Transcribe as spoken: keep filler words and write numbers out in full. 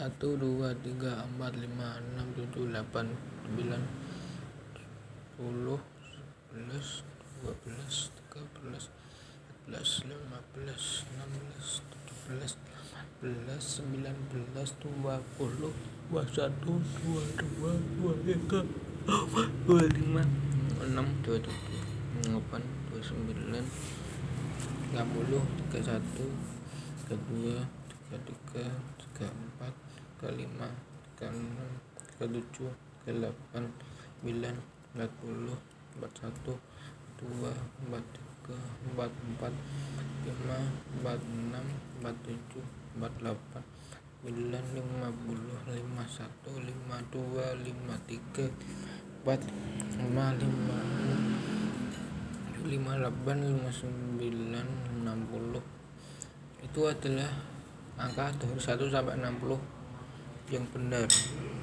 satu dua tiga empat lima enam tujuh delapan sembilan sepuluh sebelas dua belas tiga belas empat belas lima belas enam belas tujuh belas delapan belas sembilan belas dua puluh dua puluh satu dua puluh dua dua puluh tiga dua puluh empat dua puluh lima dua puluh enam dua puluh tujuh dua puluh delapan dua puluh sembilan tiga puluh tiga puluh satu tiga puluh dua tiga puluh tiga tiga puluh empat tiga puluh lima tiga puluh enam tiga puluh tujuh tiga puluh delapan sembilan empat puluh empat puluh satu dua empat tiga empat empat lima empat enam empat tujuh empat delapan sembilan lima puluh lima satu lima dua lima tiga empat lima lima lima delapan lima sembilan enam puluh. Itu adalah angka dari satu sampai enam puluh yang benar.